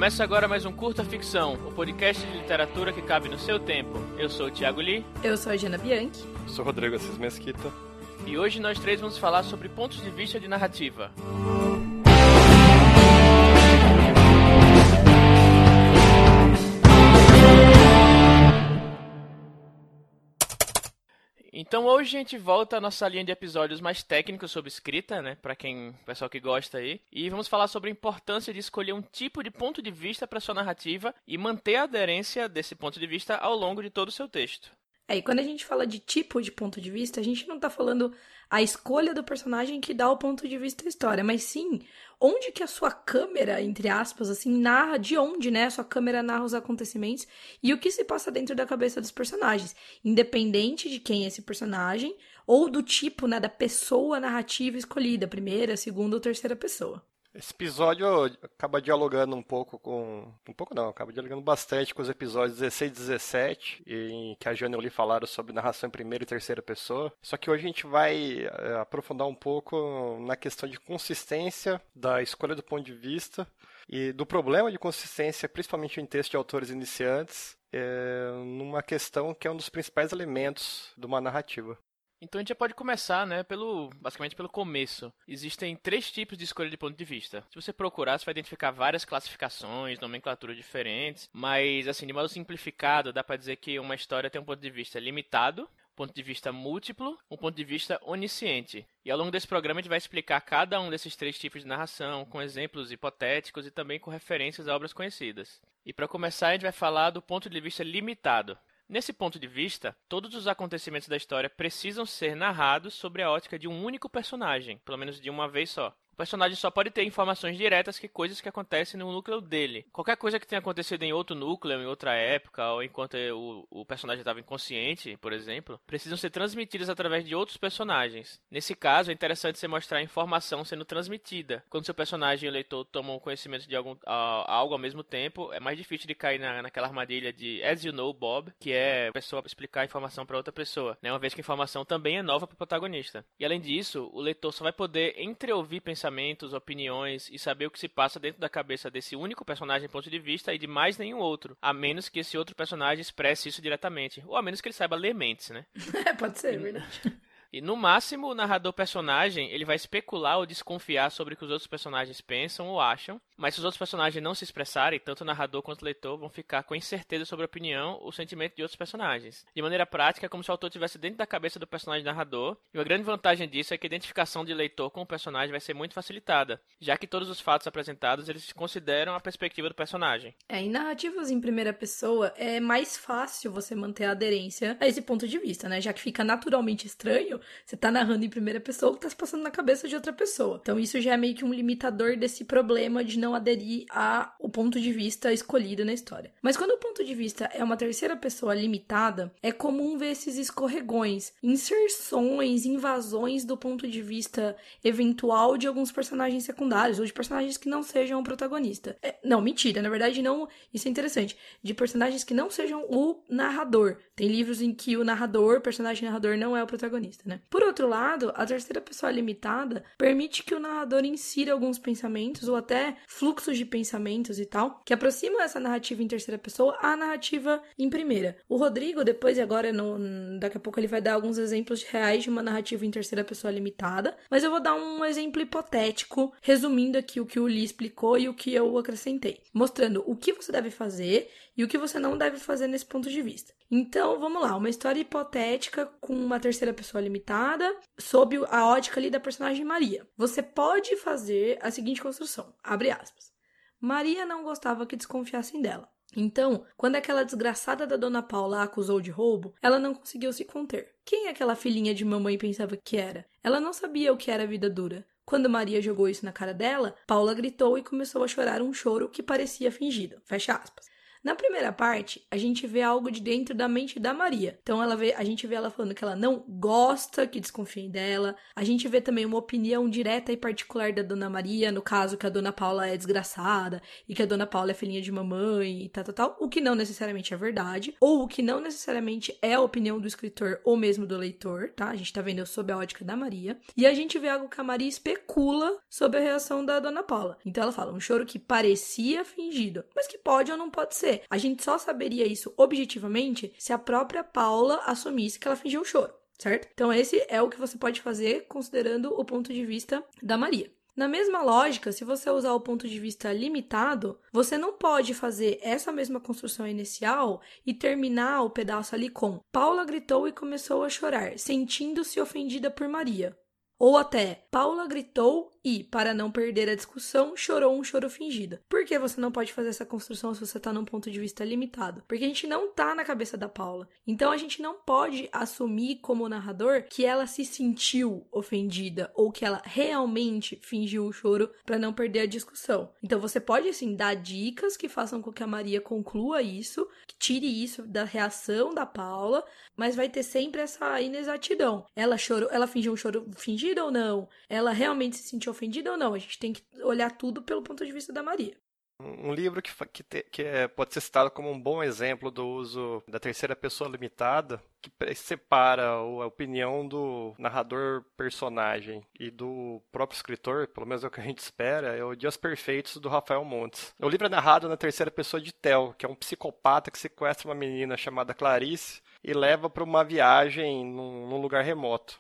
Começa agora mais um Curta Ficção, o podcast de literatura que cabe no seu tempo. Eu sou o Thiago Lee. Eu sou a Jana Bianchi. Eu sou o Rodrigo Assis Mesquita. E hoje nós três vamos falar sobre pontos de vista de narrativa. Então hoje a gente volta à nossa linha de episódios mais técnicos sobre escrita, né, para pessoal que gosta aí, e vamos falar sobre a importância de escolher um tipo de ponto de vista para sua narrativa e manter a aderência desse ponto de vista ao longo de todo o seu texto. E quando a gente fala de tipo de ponto de vista, a gente não tá falando a escolha do personagem que dá o ponto de vista da história, mas sim onde que a sua câmera, entre aspas, assim, narra, de onde, né, a sua câmera narra os acontecimentos e o que se passa dentro da cabeça dos personagens, independente de quem é esse personagem ou do tipo, né, da pessoa narrativa escolhida, primeira, segunda ou terceira pessoa. Esse episódio acaba dialogando acaba dialogando bastante com os episódios 16 e 17, em que a Jana e o Lee falaram sobre narração em primeira e terceira pessoa. Só que hoje a gente vai aprofundar um pouco na questão de consistência da escolha do ponto de vista e do problema de consistência, principalmente em textos de autores iniciantes, numa questão que é um dos principais elementos de uma narrativa. Então a gente já pode começar, né, basicamente pelo começo. Existem 3 tipos de escolha de ponto de vista. Se você procurar, você vai identificar várias classificações, nomenclaturas diferentes, mas assim, de modo simplificado, dá para dizer que uma história tem um ponto de vista limitado, ponto de vista múltiplo, um ponto de vista onisciente. E ao longo desse programa a gente vai explicar cada um desses 3 tipos de narração, com exemplos hipotéticos e também com referências a obras conhecidas. E para começar, a gente vai falar do ponto de vista limitado. Nesse ponto de vista, todos os acontecimentos da história precisam ser narrados sobre a ótica de um único personagem, pelo menos de uma vez só. O personagem só pode ter informações diretas que coisas que acontecem no núcleo dele. Qualquer coisa que tenha acontecido em outro núcleo, em outra época, ou enquanto o personagem estava inconsciente, por exemplo, precisam ser transmitidas através de outros personagens. Nesse caso, é interessante você mostrar a informação sendo transmitida. Quando seu personagem e o leitor tomam conhecimento de algo ao mesmo tempo, é mais difícil de cair naquela armadilha de As You Know, Bob, que é a pessoa explicar a informação para outra pessoa, né? Uma vez que a informação também é nova para o protagonista. E além disso, o leitor só vai poder entreouvir pensamentos, opiniões e saber o que se passa dentro da cabeça desse único personagem ponto de vista e de mais nenhum outro, a menos que esse outro personagem expresse isso diretamente, ou a menos que ele saiba ler mentes, né? Pode ser, verdade. E no máximo, o narrador-personagem ele vai especular ou desconfiar sobre o que os outros personagens pensam ou acham, mas se os outros personagens não se expressarem, tanto o narrador quanto o leitor vão ficar com incerteza sobre a opinião ou sentimento de outros personagens. De maneira prática, é como se o autor estivesse dentro da cabeça do personagem narrador, e uma grande vantagem disso é que a identificação de leitor com o personagem vai ser muito facilitada, já que todos os fatos apresentados eles consideram a perspectiva do personagem. Em narrativas em primeira pessoa, é mais fácil você manter a aderência a esse ponto de vista, né? Já que fica naturalmente estranho você tá narrando em primeira pessoa o que tá se passando na cabeça de outra pessoa. Então isso já é meio que um limitador desse problema de não aderir ao ponto de vista escolhido na história. Mas quando o ponto de vista é uma terceira pessoa limitada, é comum ver esses escorregões, inserções, invasões do ponto de vista eventual de alguns personagens secundários ou de personagens que não sejam o protagonista. Não, mentira, na verdade não, isso é interessante, de personagens que não sejam o narrador. Tem livros em que o personagem narrador não é o protagonista, né? Por outro lado, a terceira pessoa limitada permite que o narrador insira alguns pensamentos ou até fluxos de pensamentos e tal, que aproximam essa narrativa em terceira pessoa à narrativa em primeira. O Rodrigo, depois e agora, daqui a pouco ele vai dar alguns exemplos reais de uma narrativa em terceira pessoa limitada, mas eu vou dar um exemplo hipotético, resumindo aqui o que o Lee explicou e o que eu acrescentei, mostrando o que você deve fazer e o que você não deve fazer nesse ponto de vista. Então, vamos lá, uma história hipotética com uma terceira pessoa limitada, sob a ótica ali da personagem Maria. Você pode fazer a seguinte construção, abre aspas. Maria não gostava que desconfiassem dela. Então, quando aquela desgraçada da Dona Paula a acusou de roubo, ela não conseguiu se conter. Quem aquela filhinha de mamãe pensava que era? Ela não sabia o que era vida dura. Quando Maria jogou isso na cara dela, Paula gritou e começou a chorar um choro que parecia fingido. Fecha aspas. Na primeira parte, a gente vê algo de dentro da mente da Maria. Então a gente vê ela falando que ela não gosta que desconfiem dela. A gente vê também uma opinião direta e particular da Dona Maria, no caso que a Dona Paula é desgraçada e que a Dona Paula é filhinha de mamãe e tal, o que não necessariamente é verdade, ou o que não necessariamente é a opinião do escritor ou mesmo do leitor, tá? A gente tá vendo sob a ótica da Maria. E a gente vê algo que a Maria especula sobre a reação da Dona Paula. Então ela fala, um choro que parecia fingido, mas que pode ou não pode ser. A gente só saberia isso objetivamente se a própria Paula assumisse que ela fingiu o choro, certo? Então esse é o que você pode fazer considerando o ponto de vista da Maria. Na mesma lógica, se você usar o ponto de vista limitado, você não pode fazer essa mesma construção inicial e terminar o pedaço ali com Paula gritou e começou a chorar, sentindo-se ofendida por Maria. Ou até, Paula gritou e, para não perder a discussão, chorou um choro fingido. Por que você não pode fazer essa construção se você está num ponto de vista limitado? Porque a gente não tá na cabeça da Paula. Então a gente não pode assumir como narrador que ela se sentiu ofendida ou que ela realmente fingiu o choro para não perder a discussão. Então você pode, assim, dar dicas que façam com que a Maria conclua isso, que tire isso da reação da Paula, mas vai ter sempre essa inexatidão. Ela chorou, ela fingiu um choro fingido ou não? Ela realmente se sentiu ofendida ou não? A gente tem que olhar tudo pelo ponto de vista da Maria. Um livro pode ser citado como um bom exemplo do uso da terceira pessoa limitada, que separa a opinião do narrador-personagem e do próprio escritor, pelo menos é o que a gente espera, é o Dias Perfeitos, do Rafael Montes. O livro é narrado na terceira pessoa de Theo, que é um psicopata que sequestra uma menina chamada Clarice e leva para uma viagem num lugar remoto.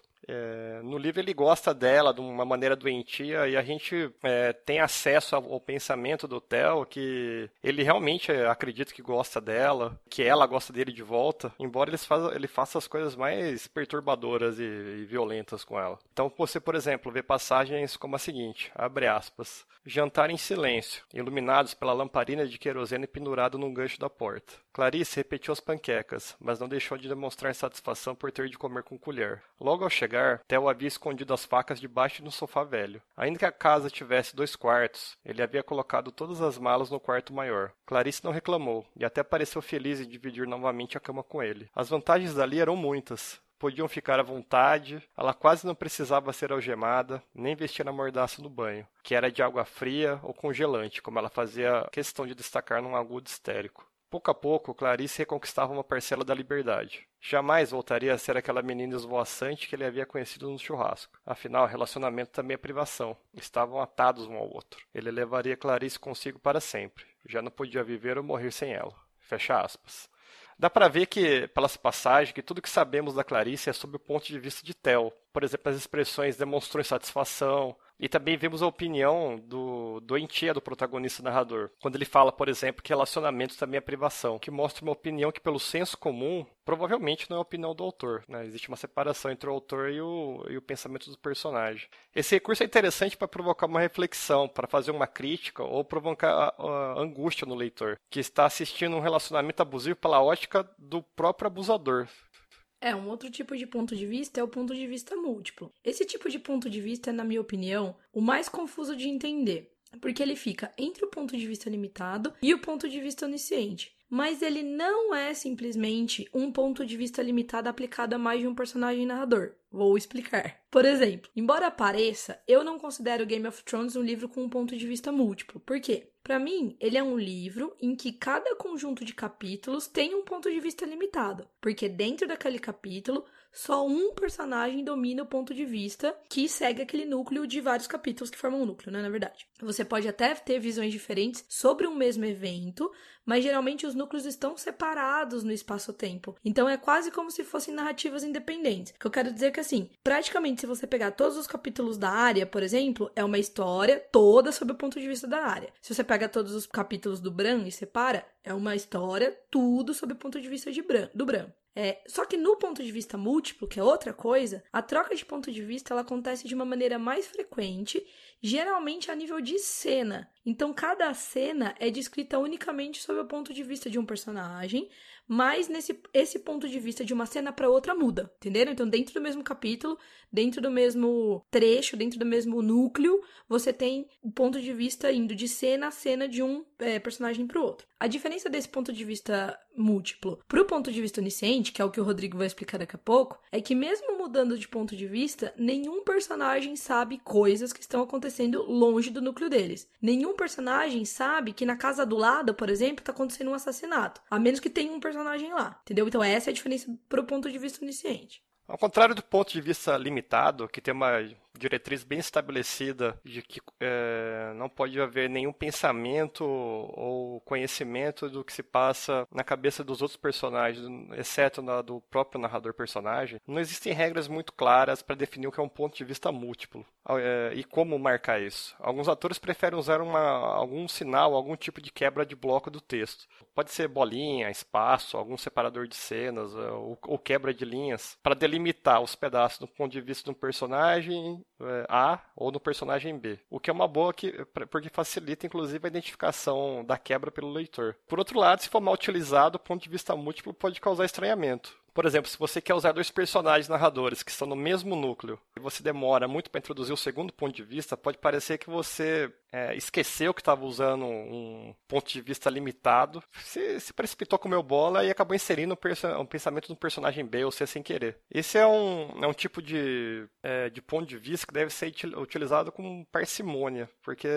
No livro ele gosta dela de uma maneira doentia e a gente tem acesso ao pensamento do Theo, que ele realmente acredita que gosta dela, que ela gosta dele de volta, embora ele faça as coisas mais perturbadoras e violentas com ela. Então você, por exemplo, vê passagens como a seguinte, abre aspas, jantar em silêncio, iluminados pela lamparina de querosene pendurada num gancho da porta. Clarice repetiu as panquecas, mas não deixou de demonstrar satisfação por ter de comer com colher. Logo ao chegar, Theo havia escondido as facas debaixo de um sofá velho. Ainda que a casa tivesse 2 quartos, ele havia colocado todas as malas no quarto maior. Clarice não reclamou, e até pareceu feliz em dividir novamente a cama com ele. As vantagens dali eram muitas. Podiam ficar à vontade, ela quase não precisava ser algemada, nem vestir a mordaça no banho, que era de água fria ou congelante, como ela fazia questão de destacar num agudo histérico. Pouco a pouco, Clarice reconquistava uma parcela da liberdade. Jamais voltaria a ser aquela menina esvoaçante que ele havia conhecido no churrasco. Afinal, relacionamento também é privação. Estavam atados um ao outro. Ele levaria Clarice consigo para sempre. Já não podia viver ou morrer sem ela. Fecha aspas. Dá para ver que, pelas passagens, que tudo que sabemos da Clarice é sob o ponto de vista de Theo. Por exemplo, as expressões demonstrou insatisfação, e também vemos a opinião doentia do protagonista narrador, quando ele fala, por exemplo, que relacionamento também é privação, que mostra uma opinião que, pelo senso comum, provavelmente não é a opinião do autor, né? Existe uma separação entre o autor e o pensamento do personagem. Esse recurso é interessante para provocar uma reflexão, para fazer uma crítica ou provocar a angústia no leitor, que está assistindo um relacionamento abusivo pela ótica do próprio abusador. Um outro tipo de ponto de vista é o ponto de vista múltiplo. Esse tipo de ponto de vista é, na minha opinião, o mais confuso de entender, porque ele fica entre o ponto de vista limitado e o ponto de vista onisciente. Mas ele não é simplesmente um ponto de vista limitado aplicado a mais de um personagem narrador. Vou explicar. Por exemplo, embora pareça, eu não considero Game of Thrones um livro com um ponto de vista múltiplo. Por quê? Para mim, ele é um livro em que cada conjunto de capítulos tem um ponto de vista limitado. Porque dentro daquele capítulo, só um personagem domina o ponto de vista que segue aquele núcleo de vários capítulos que formam um núcleo, né? Na verdade. Você pode até ter visões diferentes sobre um mesmo evento, mas geralmente os núcleos estão separados no espaço-tempo. Então é quase como se fossem narrativas independentes. O que eu quero dizer é que, assim, praticamente se você pegar todos os capítulos da Arya, por exemplo, é uma história toda sob o ponto de vista da Arya. Se você pega todos os capítulos do Bran e separa, é uma história tudo sob o ponto de vista do Bran. Só que no ponto de vista múltiplo, que é outra coisa, a troca de ponto de vista ela acontece de uma maneira mais frequente, geralmente a nível de cena. Então, cada cena é descrita unicamente sob o ponto de vista de um personagem, mas esse ponto de vista de uma cena para outra muda, entenderam? Então, dentro do mesmo capítulo, dentro do mesmo trecho, dentro do mesmo núcleo, você tem o ponto de vista indo de cena a cena de um personagem para o outro. A diferença desse ponto de vista múltiplo pro ponto de vista onisciente, que é o que o Rodrigo vai explicar daqui a pouco, é que mesmo mudando de ponto de vista, nenhum personagem sabe coisas que estão acontecendo longe do núcleo deles. Nenhum personagem sabe que na casa do lado, por exemplo, tá acontecendo um assassinato, a menos que tenha um personagem lá, entendeu? Então essa é a diferença pro ponto de vista onisciente. Ao contrário do ponto de vista limitado, que tem uma diretriz bem estabelecida de que não pode haver nenhum pensamento ou conhecimento do que se passa na cabeça dos outros personagens, exceto na do próprio narrador-personagem, não existem regras muito claras para definir o que é um ponto de vista múltiplo e como marcar isso. Alguns atores preferem usar algum sinal, algum tipo de quebra de bloco do texto. Pode ser bolinha, espaço, algum separador de cenas ou quebra de linhas para delimitar os pedaços do ponto de vista de um personagem A ou no personagem B. O que é uma boa porque facilita, inclusive, a identificação da quebra pelo leitor. Por outro lado, se for mal utilizado, o ponto de vista múltiplo pode causar estranhamento. Por exemplo, se você quer usar dois personagens narradores que estão no mesmo núcleo e você demora muito para introduzir o segundo ponto de vista, pode parecer que você esqueceu que estava usando um ponto de vista limitado, se precipitou, comeu bola e acabou inserindo um pensamento do personagem B ou C sem querer. Esse é um tipo de ponto de vista que deve ser utilizado com parcimônia, porque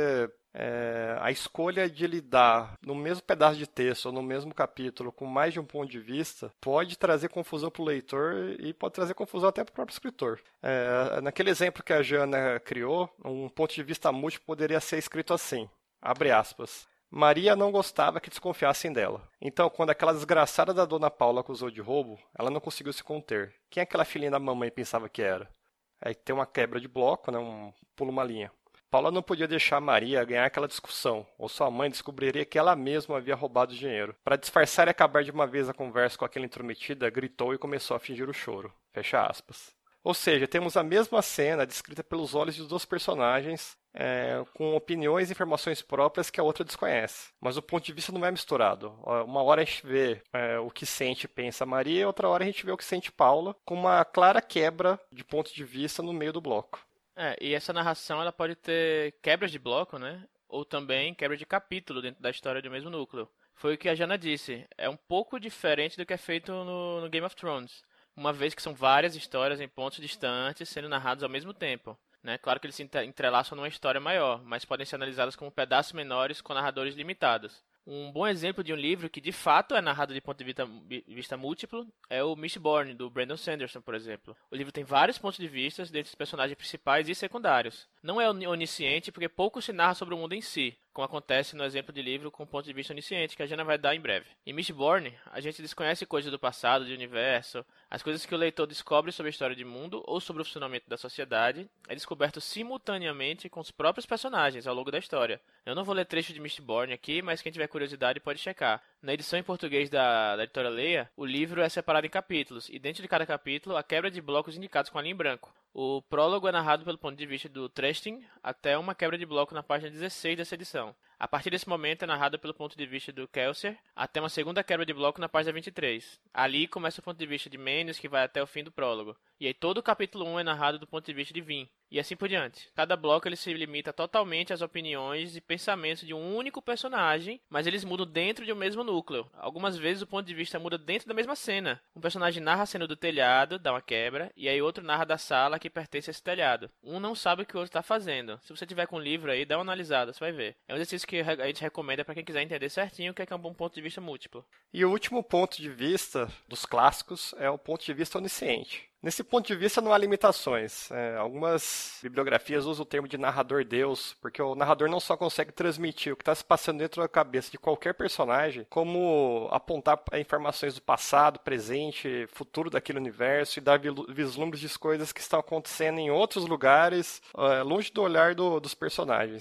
a escolha de lidar no mesmo pedaço de texto ou no mesmo capítulo com mais de um ponto de vista pode trazer confusão para o leitor e pode trazer confusão até para o próprio escritor. Naquele exemplo que a Jana criou, um ponto de vista múltiplo poderia ser escrito assim, abre aspas, Maria não gostava que desconfiassem dela. Então, quando aquela desgraçada da Dona Paula acusou de roubo, ela não conseguiu se conter. Quem aquela filhinha da mamãe pensava que era? Aí tem uma quebra de bloco, pula uma linha. Paula não podia deixar Maria ganhar aquela discussão, ou sua mãe descobriria que ela mesma havia roubado o dinheiro. Para disfarçar e acabar de uma vez a conversa com aquela intrometida, gritou e começou a fingir o choro. Fecha aspas. Ou seja, temos a mesma cena descrita pelos olhos dos dois personagens, com opiniões e informações próprias que a outra desconhece. Mas o ponto de vista não é misturado. Uma hora a gente vê o que sente e pensa Maria, outra hora a gente vê o que sente Paula, com uma clara quebra de ponto de vista no meio do bloco. E essa narração ela pode ter quebras de bloco, né? Ou também quebra de capítulo dentro da história do mesmo núcleo. Foi o que a Jana disse. É um pouco diferente do que é feito no Game of Thrones. Uma vez que são várias histórias em pontos distantes sendo narrados ao mesmo tempo. Né? Claro que eles se entrelaçam numa história maior, mas podem ser analisados como pedaços menores com narradores limitados. Um bom exemplo de um livro que de fato é narrado de ponto de vista múltiplo é o Mistborn, do Brandon Sanderson, por exemplo. O livro tem vários pontos de vista dentre os personagens principais e secundários. Não é onisciente porque pouco se narra sobre o mundo em si, como acontece no exemplo de livro com ponto de vista onisciente, que a Jana vai dar em breve. Em Mistborn, a gente desconhece coisas do passado, do universo, as coisas que o leitor descobre sobre a história do mundo ou sobre o funcionamento da sociedade é descoberto simultaneamente com os próprios personagens ao longo da história. Eu não vou ler trecho de Mistborn aqui, mas quem tiver curiosidade pode checar. Na edição em português da editora Leia, o livro é separado em capítulos, e dentro de cada capítulo, a quebra de blocos indicados com a linha em branco. O prólogo é narrado pelo ponto de vista do Tristan até uma quebra de bloco na página 16 dessa edição. A partir desse momento é narrado pelo ponto de vista do Kelsier até uma segunda quebra de bloco na página 23. Ali começa o ponto de vista de Menes, que vai até o fim do prólogo. E aí todo o capítulo 1 é narrado do ponto de vista de Vin. E assim por diante. Cada bloco ele se limita totalmente às opiniões e pensamentos de um único personagem, mas eles mudam dentro de um mesmo núcleo. Algumas vezes o ponto de vista muda dentro da mesma cena. Um personagem narra a cena do telhado, dá uma quebra, e aí outro narra da sala que pertence a esse telhado. Um não sabe o que o outro está fazendo. Se você tiver com um livro aí, dá uma analisada, você vai ver. É um exercício que a gente recomenda para quem quiser entender certinho o que é um bom ponto de vista múltiplo. E o último ponto de vista dos clássicos é o ponto de vista onisciente. Nesse ponto de vista não há limitações. Algumas bibliografias usam o termo de narrador-deus, porque o narrador não só consegue transmitir o que está se passando dentro da cabeça de qualquer personagem, como apontar informações do passado, presente, futuro daquele universo e dar vislumbres de coisas que estão acontecendo em outros lugares, longe do olhar dos personagens.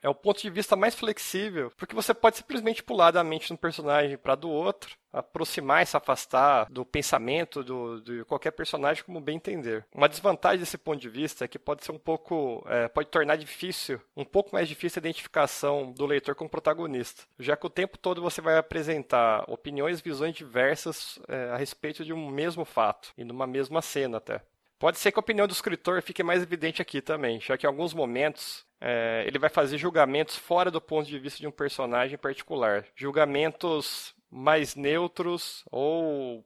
é o ponto de vista mais flexível, porque você pode simplesmente pular da mente de um personagem para do outro, aproximar e se afastar do pensamento de qualquer personagem como bem entender. Uma desvantagem desse ponto de vista é que pode ser pode tornar um pouco mais difícil a identificação do leitor com o protagonista, já que o tempo todo você vai apresentar opiniões e visões diversas a respeito de um mesmo fato, e numa mesma cena até. Pode ser que a opinião do escritor fique mais evidente aqui também, já que em alguns momentos ele vai fazer julgamentos fora do ponto de vista de um personagem particular. Julgamentos mais neutros ou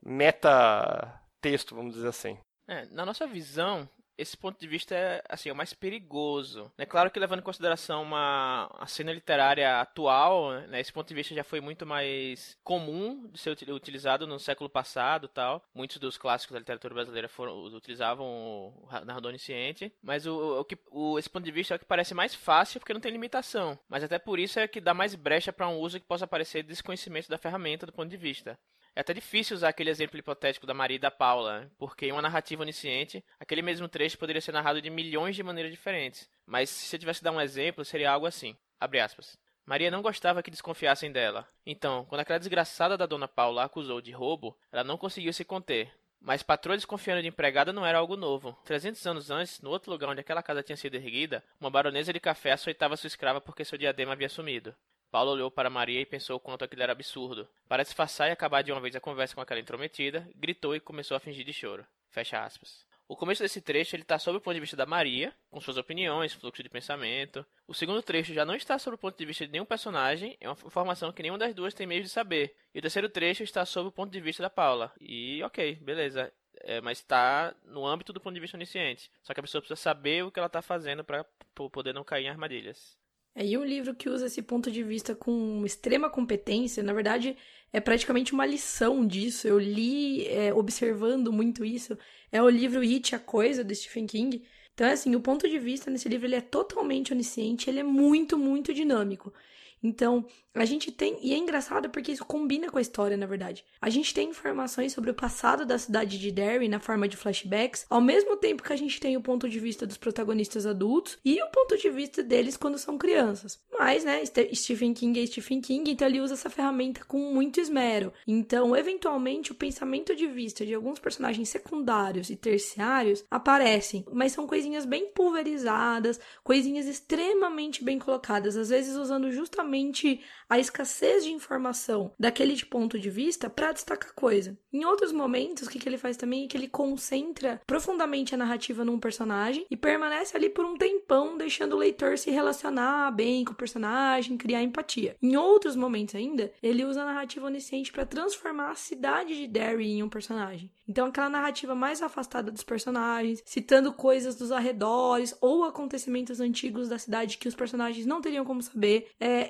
meta-texto, vamos dizer assim. Na nossa visão, esse ponto de vista é assim, o mais perigoso. É claro que levando em consideração a cena literária atual, né, esse ponto de vista já foi muito mais comum de ser utilizado no século passado, tal. Muitos dos clássicos da literatura brasileira utilizavam o narrador onisciente, mas esse ponto de vista é o que parece mais fácil porque não tem limitação. Mas até por isso é que dá mais brecha para um uso que possa parecer desconhecimento da ferramenta do ponto de vista. É até difícil usar aquele exemplo hipotético da Maria e da Paula, porque em uma narrativa onisciente, aquele mesmo trecho poderia ser narrado de milhões de maneiras diferentes. Mas se eu tivesse que dar um exemplo, seria algo assim, abre aspas. Maria não gostava que desconfiassem dela. Então, quando aquela desgraçada da dona Paula a acusou de roubo, ela não conseguiu se conter. Mas patroa desconfiando de empregada não era algo novo. 300 anos antes, no outro lugar onde aquela casa tinha sido erguida, uma baronesa de café açoitava sua escrava porque seu diadema havia sumido. Paulo olhou para Maria e pensou o quanto aquilo era absurdo. Para disfarçar e acabar de uma vez a conversa com aquela intrometida, gritou e começou a fingir de choro. Fecha aspas. O começo desse trecho está sob o ponto de vista da Maria, com suas opiniões, fluxo de pensamento. O segundo trecho já não está sob o ponto de vista de nenhum personagem, é uma informação que nenhuma das duas tem meio de saber. E o terceiro trecho está sob o ponto de vista da Paula. E ok, beleza. Mas está no âmbito do ponto de vista onisciente. Só que a pessoa precisa saber o que ela está fazendo para poder não cair em armadilhas. E um livro que usa esse ponto de vista com extrema competência, na verdade, é praticamente uma lição disso. Eu li observando muito isso. É o livro It, a Coisa, do Stephen King. Então, assim, o ponto de vista nesse livro ele é totalmente onisciente, ele é muito, muito dinâmico. Então, a gente tem... E é engraçado porque isso combina com a história, na verdade. A gente tem informações sobre o passado da cidade de Derry na forma de flashbacks, ao mesmo tempo que a gente tem o ponto de vista dos protagonistas adultos e o ponto de vista deles quando são crianças. Mas, né, Stephen King é Stephen King, então ele usa essa ferramenta com muito esmero. Então, eventualmente, o pensamento de vista de alguns personagens secundários e terciários aparecem, mas são coisinhas bem pulverizadas, coisinhas extremamente bem colocadas, às vezes usando justamente a escassez de informação daquele ponto de vista para destacar coisa. Em outros momentos, o que ele faz também é que ele concentra profundamente a narrativa num personagem e permanece ali por um tempão, deixando o leitor se relacionar bem com o personagem, criar empatia. Em outros momentos ainda, ele usa a narrativa onisciente para transformar a cidade de Derry em um personagem. Então, aquela narrativa mais afastada dos personagens, citando coisas dos arredores ou acontecimentos antigos da cidade que os personagens não teriam como saber.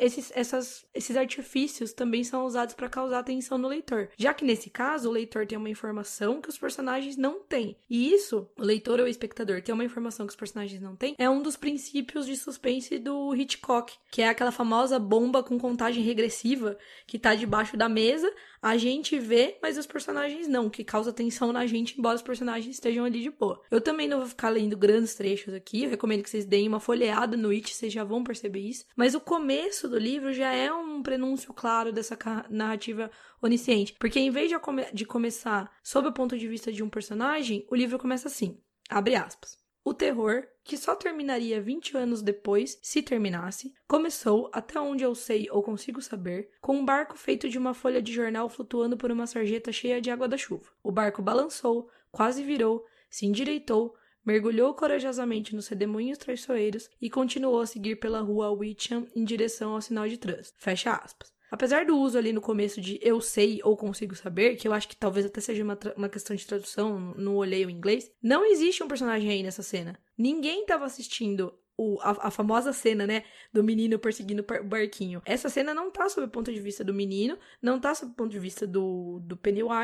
Esses artifícios também são usados para causar atenção no leitor. Já que nesse caso, o leitor tem uma informação que os personagens não têm. E isso, o leitor ou o espectador ter uma informação que os personagens não têm, é um dos princípios de suspense do Hitchcock, que é aquela famosa bomba com contagem regressiva que tá debaixo da mesa, a gente vê, mas os personagens não, que causa tensão na gente, embora os personagens estejam ali de boa. Eu também não vou ficar lendo grandes trechos aqui, eu recomendo que vocês deem uma folheada no It, vocês já vão perceber isso. Mas o começo do livro já é um prenúncio claro dessa narrativa onisciente, porque em vez de começar sob o ponto de vista de um personagem, o livro começa assim, abre aspas. O terror, que só terminaria 20 anos depois, se terminasse, começou, até onde eu sei ou consigo saber, com um barco feito de uma folha de jornal flutuando por uma sarjeta cheia de água da chuva. O barco balançou, quase virou, se endireitou, mergulhou corajosamente nos redemoinhos traiçoeiros e continuou a seguir pela rua Witcham em direção ao sinal de trânsito. Fecha aspas. Apesar do uso ali no começo de eu sei ou consigo saber, que eu acho que talvez até seja uma questão de tradução, não olhei o inglês, não existe um personagem aí nessa cena. Ninguém estava assistindo a famosa cena, né, do menino perseguindo o barquinho. Essa cena não tá sob o ponto de vista do menino, não tá sob o ponto de vista do Pennywise,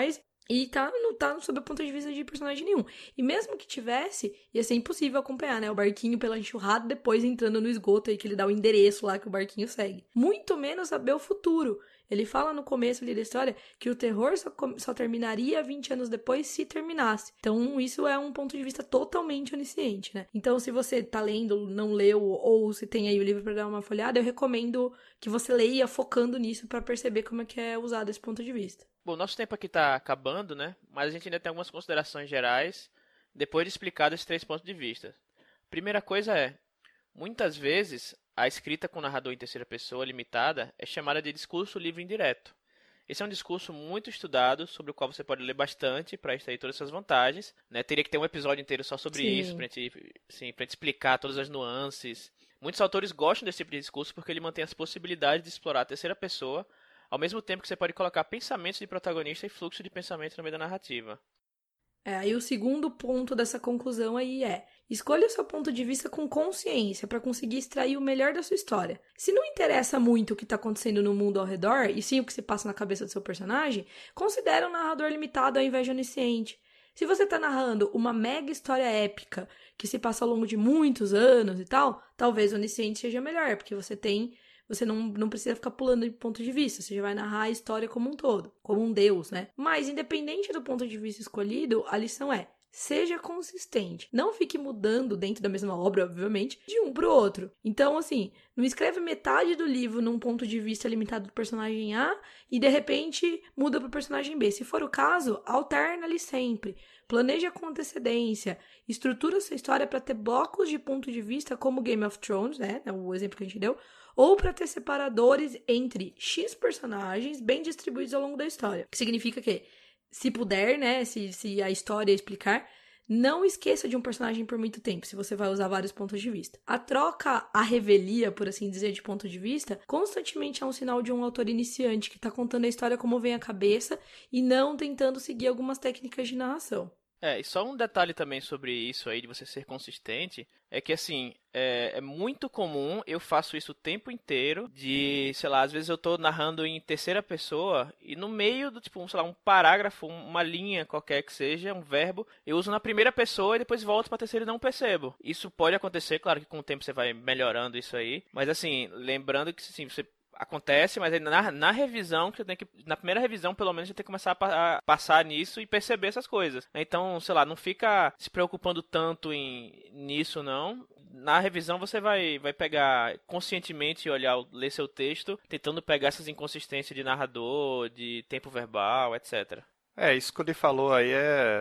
E não tá sob o ponto de vista de personagem nenhum. E mesmo que tivesse, ia ser impossível acompanhar, né? O barquinho pela enxurrada, depois entrando no esgoto aí, que ele dá o endereço lá que o barquinho segue. Muito menos saber o futuro. Ele fala no começo ali da história que o terror só terminaria 20 anos depois se terminasse. Então, isso é um ponto de vista totalmente onisciente, né? Então, se você tá lendo, não leu, ou se tem aí o livro pra dar uma folhada, eu recomendo que você leia focando nisso pra perceber como é que é usado esse ponto de vista. Bom, nosso tempo aqui tá acabando, né? Mas a gente ainda tem algumas considerações gerais depois de explicar esses 3 pontos de vista. Primeira coisa é, muitas vezes, a escrita com narrador em terceira pessoa limitada é chamada de discurso livre indireto. Esse é um discurso muito estudado, sobre o qual você pode ler bastante para extrair todas essas vantagens, né? Teria que ter um episódio inteiro só sobre isso, pra gente explicar todas as nuances. Muitos autores gostam desse tipo de discurso porque ele mantém as possibilidades de explorar a terceira pessoa, ao mesmo tempo que você pode colocar pensamentos de protagonista e fluxo de pensamento no meio da narrativa. Aí o segundo ponto dessa conclusão aí é: escolha o seu ponto de vista com consciência para conseguir extrair o melhor da sua história. Se não interessa muito o que está acontecendo no mundo ao redor, e sim o que se passa na cabeça do seu personagem, considere um narrador limitado ao invés de onisciente. Se você está narrando uma mega história épica que se passa ao longo de muitos anos e tal, talvez o onisciente seja melhor, porque você não precisa ficar pulando de ponto de vista, você já vai narrar a história como um todo, como um deus, né? Mas, independente do ponto de vista escolhido, a lição é: seja consistente. Não fique mudando dentro da mesma obra, obviamente, de um pro outro. Então, assim, não escreve metade do livro num ponto de vista limitado do personagem A e, de repente, muda pro personagem B. Se for o caso, alterna ali sempre. Planeja com antecedência. Estrutura sua história para ter blocos de ponto de vista, como Game of Thrones, né? O exemplo que a gente deu. Ou para ter separadores entre X personagens bem distribuídos ao longo da história. Que significa que, se puder, né, se a história explicar, não esqueça de um personagem por muito tempo, se você vai usar vários pontos de vista. A troca, a revelia, por assim dizer, de ponto de vista, constantemente é um sinal de um autor iniciante que está contando a história como vem à cabeça e não tentando seguir algumas técnicas de narração. E só um detalhe também sobre isso aí, de você ser consistente, é que assim, é muito comum, eu faço isso o tempo inteiro, de, sei lá, às vezes eu tô narrando em terceira pessoa, e no meio do, tipo, sei lá, um parágrafo, uma linha qualquer que seja, um verbo, eu uso na primeira pessoa e depois volto pra terceira e não percebo. Isso pode acontecer, claro que com o tempo você vai melhorando isso aí, mas assim, lembrando que, assim, você acontece, mas aí na revisão, que você tem que. Na primeira revisão, pelo menos, você tem que começar a passar nisso e perceber essas coisas. Então, sei lá, não fica se preocupando tanto nisso, não. Na revisão você vai pegar conscientemente, ler seu texto, tentando pegar essas inconsistências de narrador, de tempo verbal, etc. Isso que ele falou aí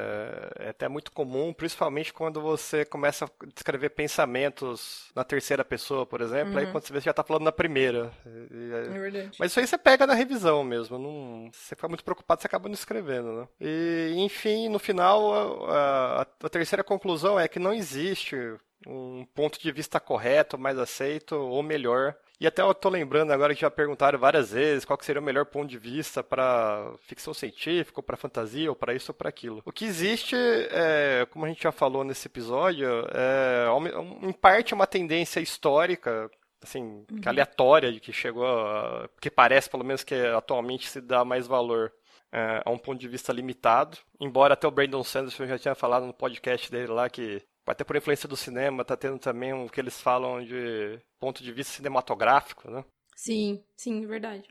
é até muito comum, principalmente quando você começa a descrever pensamentos na terceira pessoa, por exemplo, aí quando você vê, você já está falando na primeira. É verdade. Mas isso aí você pega na revisão mesmo, se você ficar muito preocupado, você acaba não escrevendo, né? E, enfim, no final, a terceira conclusão é que não existe um ponto de vista correto, mais aceito ou melhor. E até eu tô lembrando agora que já perguntaram várias vezes qual que seria o melhor ponto de vista para ficção científica, ou para fantasia, ou para isso ou para aquilo. O que existe, como a gente já falou nesse episódio, em parte uma tendência histórica, assim, que aleatória, de que chegou que parece pelo menos que atualmente se dá mais valor a um ponto de vista limitado, embora até o Brandon Sanderson já tinha falado no podcast dele lá que até por influência do cinema, tá tendo também o que eles falam de ponto de vista cinematográfico, né? Sim, verdade.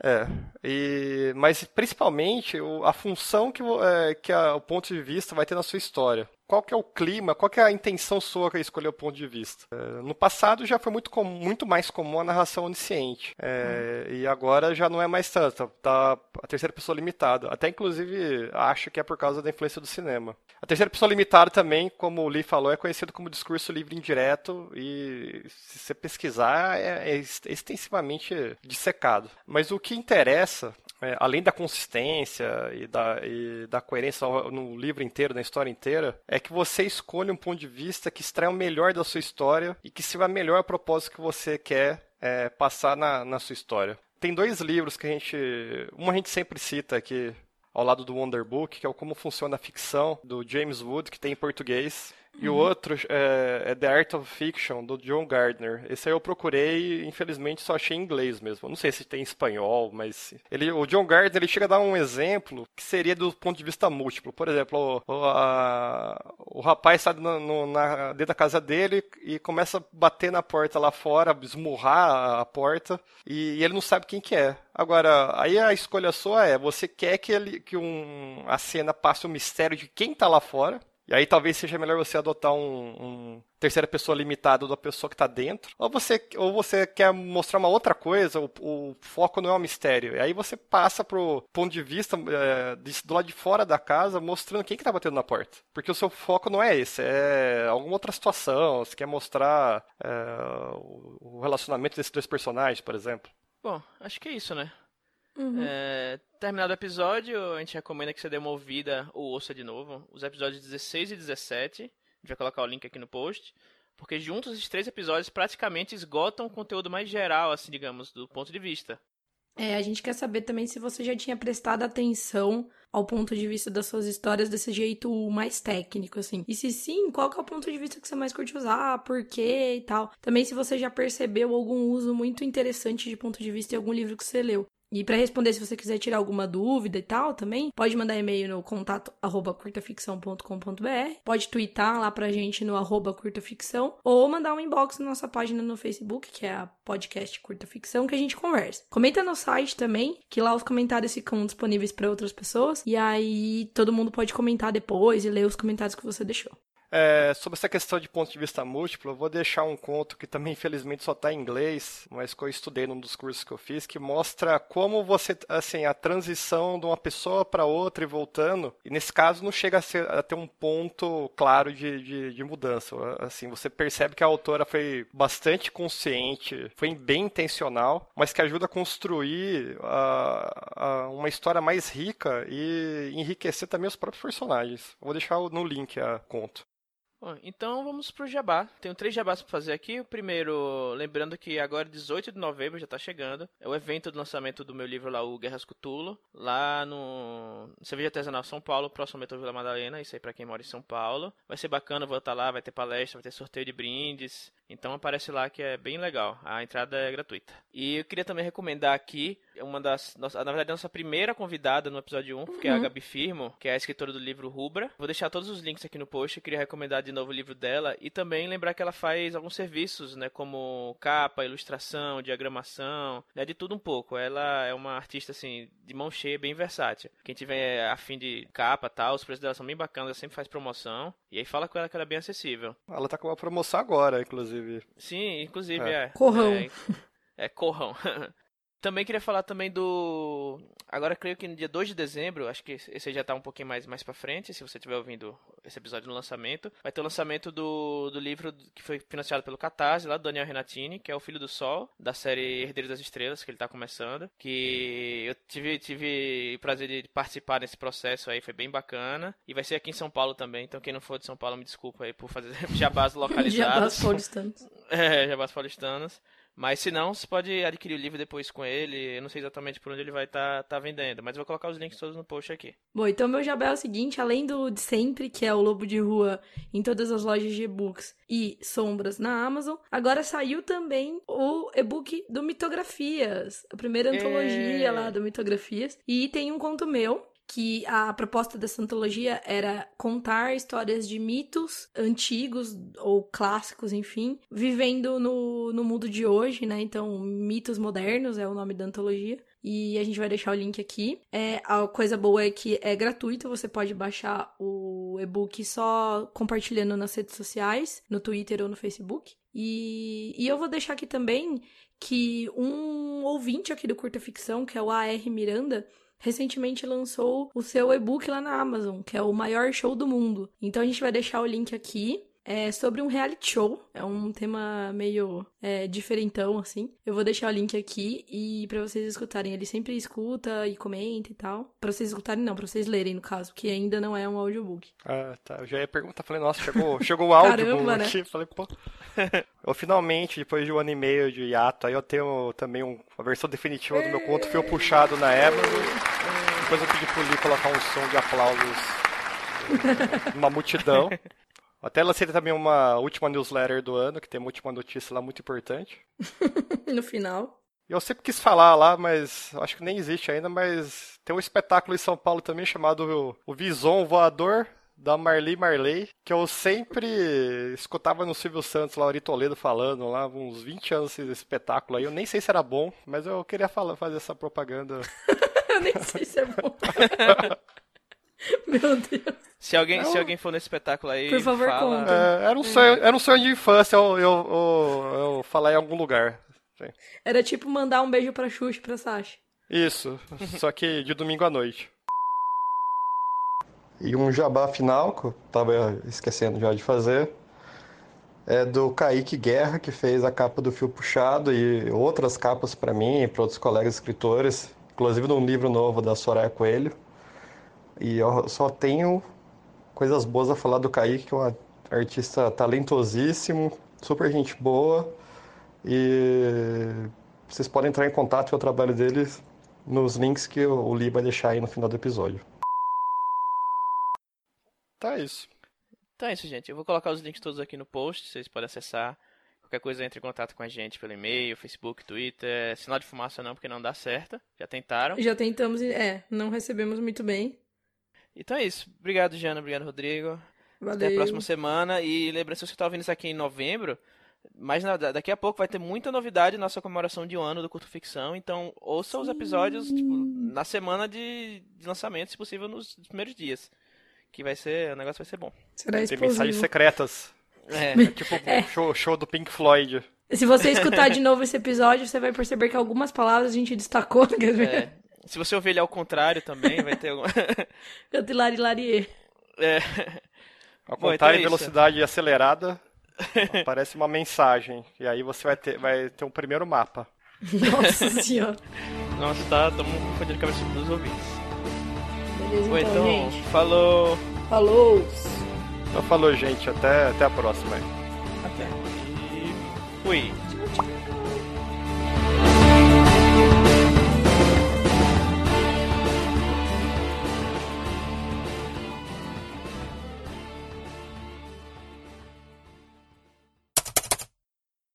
Mas principalmente a função que o ponto de vista vai ter na sua história. Qual que é o clima, qual que é a intenção sua que é escolher o ponto de vista? No passado já foi muito mais comum a narração onisciente. E agora já não é mais tanto. Tá a terceira pessoa limitada. Até inclusive acho que é por causa da influência do cinema. A terceira pessoa limitada também, como o Lee falou, é conhecido como discurso livre indireto e se você pesquisar é extensivamente dissecado. Mas o que interessa, além da consistência e da coerência no livro inteiro, na história inteira, é que você escolha um ponto de vista que extrai o melhor da sua história e que sirva melhor ao propósito que você quer passar na sua história. Tem 2 livros que a gente sempre cita aqui, ao lado do Wonder Book, que é o Como Funciona a Ficção, do James Wood, que tem em português. E o outro é The Art of Fiction, do John Gardner. Esse aí eu procurei e infelizmente só achei em inglês mesmo. Não sei se tem em espanhol, mas... o John Gardner ele chega a dar um exemplo que seria do ponto de vista múltiplo. Por exemplo, o rapaz está dentro da casa dele e começa a bater na porta lá fora, esmurrar a porta, e ele não sabe quem que é. Agora, aí a escolha sua você quer que a cena passe o mistério de quem está lá fora, e aí talvez seja melhor você adotar um terceira pessoa limitado da pessoa que está dentro, ou você quer mostrar uma outra coisa, o foco não é um mistério, e aí você passa pro ponto de vista do lado de fora da casa, mostrando quem que tá batendo na porta. Porque o seu foco não é esse, é alguma outra situação, você quer mostrar o relacionamento desses dois personagens, por exemplo. Bom, acho que é isso, né? Uhum. Terminado o episódio, a gente recomenda que você dê uma ouvida ou ouça de novo os episódios 16 e 17. A gente vai colocar o link aqui no post. Porque juntos esses 3 episódios praticamente esgotam o conteúdo mais geral, assim, digamos, do ponto de vista. A gente quer saber também se você já tinha prestado atenção ao ponto de vista das suas histórias desse jeito mais técnico, assim. E se sim, qual que é o ponto de vista que você mais curte usar, por quê e tal. Também se você já percebeu algum uso muito interessante de ponto de vista em algum livro que você leu. E para responder, se você quiser tirar alguma dúvida e tal também, pode mandar e-mail no contato@curtaficção.com.br, pode twittar lá pra gente no @curtaficção, ou mandar um inbox na nossa página no Facebook, que é a podcast Curta Ficção, que a gente conversa. Comenta no site também, que lá os comentários ficam disponíveis para outras pessoas, e aí todo mundo pode comentar depois e ler os comentários que você deixou. Sobre essa questão de ponto de vista múltiplo, eu vou deixar um conto que também, infelizmente, só está em inglês, mas que eu estudei num dos cursos que eu fiz, que mostra como você, assim, a transição de uma pessoa para outra e voltando, e nesse caso não chega a ter um ponto claro de mudança. Assim, você percebe que a autora foi bastante consciente, foi bem intencional, mas que ajuda a construir uma história mais rica e enriquecer também os próprios personagens. Eu vou deixar no link a conto. Bom, então vamos pro jabá. Tenho 3 jabás para fazer aqui. O primeiro, lembrando que agora 18 de novembro já tá chegando. É o evento do lançamento do meu livro lá, o Guerras Cthulhu, lá no Cerveja Artesanal São Paulo, próximo ao metrô Vila Madalena. Isso aí pra quem mora em São Paulo. Vai ser bacana, vou estar lá, vai ter palestra, vai ter sorteio de brindes. Então aparece lá que é bem legal. A entrada é gratuita. E eu queria também recomendar aqui na verdade, a nossa primeira convidada no episódio 1, que é a Gabi Firmo, que é a escritora do livro Rubra. Vou deixar todos os links aqui no post. Eu queria recomendar de novo o livro dela e também lembrar que ela faz alguns serviços, né, como capa, ilustração, diagramação, né, de tudo um pouco. Ela é uma artista assim de mão cheia, bem versátil. Quem tiver afim de capa, tal, os preços dela são bem bacanas, ela sempre faz promoção. E aí fala com ela que ela é bem acessível. Ela tá com uma promoção agora, inclusive. Sim, inclusive Corrão. Corrão. Também queria falar também do... Agora, creio que no dia 2 de dezembro, acho que esse já tá um pouquinho mais pra frente, se você estiver ouvindo esse episódio no lançamento, vai ter o lançamento do livro que foi financiado pelo Catarse, lá do Daniel Renatini, que é o Filho do Sol, da série Herdeiros das Estrelas, que ele tá começando, que eu tive o prazer de participar nesse processo aí, foi bem bacana, e vai ser aqui em São Paulo também, então quem não for de São Paulo, me desculpa aí por fazer jabás localizados. Jabás paulistanos. Jabás paulistanos. Mas se não, você pode adquirir o livro depois com ele. Eu não sei exatamente por onde ele vai estar vendendo, mas eu vou colocar os links todos no post aqui. Bom, então meu jabá é o seguinte, além do de sempre, que é o Lobo de Rua em todas as lojas de e-books e Sombras na Amazon, agora saiu também o e-book do Mitografias, a primeira antologia lá do Mitografias, e tem um conto meu, que a proposta dessa antologia era contar histórias de mitos antigos ou clássicos, enfim, vivendo no mundo de hoje, né? Então, Mitos Modernos é o nome da antologia. E a gente vai deixar o link aqui. A coisa boa é que é gratuito, você pode baixar o e-book só compartilhando nas redes sociais, no Twitter ou no Facebook. E eu vou deixar aqui também que um ouvinte aqui do Curta Ficção, que é o A.R. Miranda, recentemente lançou o seu e-book lá na Amazon, que é o maior show do mundo. Então a gente vai deixar o link aqui. É sobre um reality show. É um tema meio diferentão, assim. Eu vou deixar o link aqui e pra vocês escutarem. Ele sempre escuta e comenta e tal. Pra vocês escutarem não, pra vocês lerem, no caso, que ainda não é um audiobook. Ah, tá. Eu já ia perguntar, falei, nossa, chegou o audiobook. Caramba, né? Aqui. Falei, pô. Eu finalmente, depois de 1 ano e meio de hiato, aí eu tenho também a versão definitiva do meu conto, foi puxado na Amazon. Depois eu pedi pro Lee colocar um som de aplausos numa multidão. Até lancei também uma última newsletter do ano, que tem uma última notícia lá muito importante. No final. Eu sempre quis falar lá, mas acho que nem existe ainda, mas tem um espetáculo em São Paulo também chamado o Vison Voador, da Marli Marley, que eu sempre escutava no Silvio Santos, lá, o Ari Toledo falando lá, uns 20 anos esse espetáculo aí. Eu nem sei se era bom, mas eu queria fazer essa propaganda. Eu nem sei se é bom. Meu Deus. Se alguém for nesse espetáculo aí, por favor, fala... conta. Era um sonho de infância eu falar em algum lugar. Sim. Era tipo mandar um beijo pra Xuxa e pra Sasha. Isso, só que de domingo à noite. E um jabá final, que eu tava esquecendo já de fazer, é do Kaique Guerra, que fez a capa do Fio Puxado e outras capas pra mim e pra outros colegas escritores, inclusive num livro novo da Soraya Coelho. E eu só tenho coisas boas a falar do Kaique, que é um artista talentosíssimo, super gente boa. E vocês podem entrar em contato com o trabalho deles nos links que o Li vai deixar aí no final do episódio. Tá isso. Então é isso, gente. Eu vou colocar os links todos aqui no post, vocês podem acessar. Qualquer coisa, entre em contato com a gente pelo e-mail, Facebook, Twitter. Sinal de fumaça não, porque não dá certo. Já tentaram. Já tentamos e, não recebemos muito bem. Então é isso. Obrigado, Jana. Obrigado, Rodrigo. Valeu. Até a próxima semana. E lembrando, se você está ouvindo isso aqui em novembro, mas daqui a pouco vai ter muita novidade na nossa comemoração de um ano do Curto Ficção. Então ouça os episódios na semana de lançamento, se possível, nos primeiros dias. Que o negócio vai ser bom. Será Tem explosivo. mensagens secretas. É. Tipo show do Pink Floyd. Se você escutar de novo esse episódio, você vai perceber que algumas palavras a gente destacou. Se você ouvir ele ao contrário também, vai ter alguma... Canto hilari. Ao Bom, contrário, então é em velocidade acelerada, aparece uma mensagem. E aí você vai ter um primeiro mapa. Nossa senhora. Nossa, estamos fodendo a cabeça dos ouvintes. Beleza, Bom, então, então, gente. falou! Falou. Então falou, gente. Até a próxima aí. Até. E fui!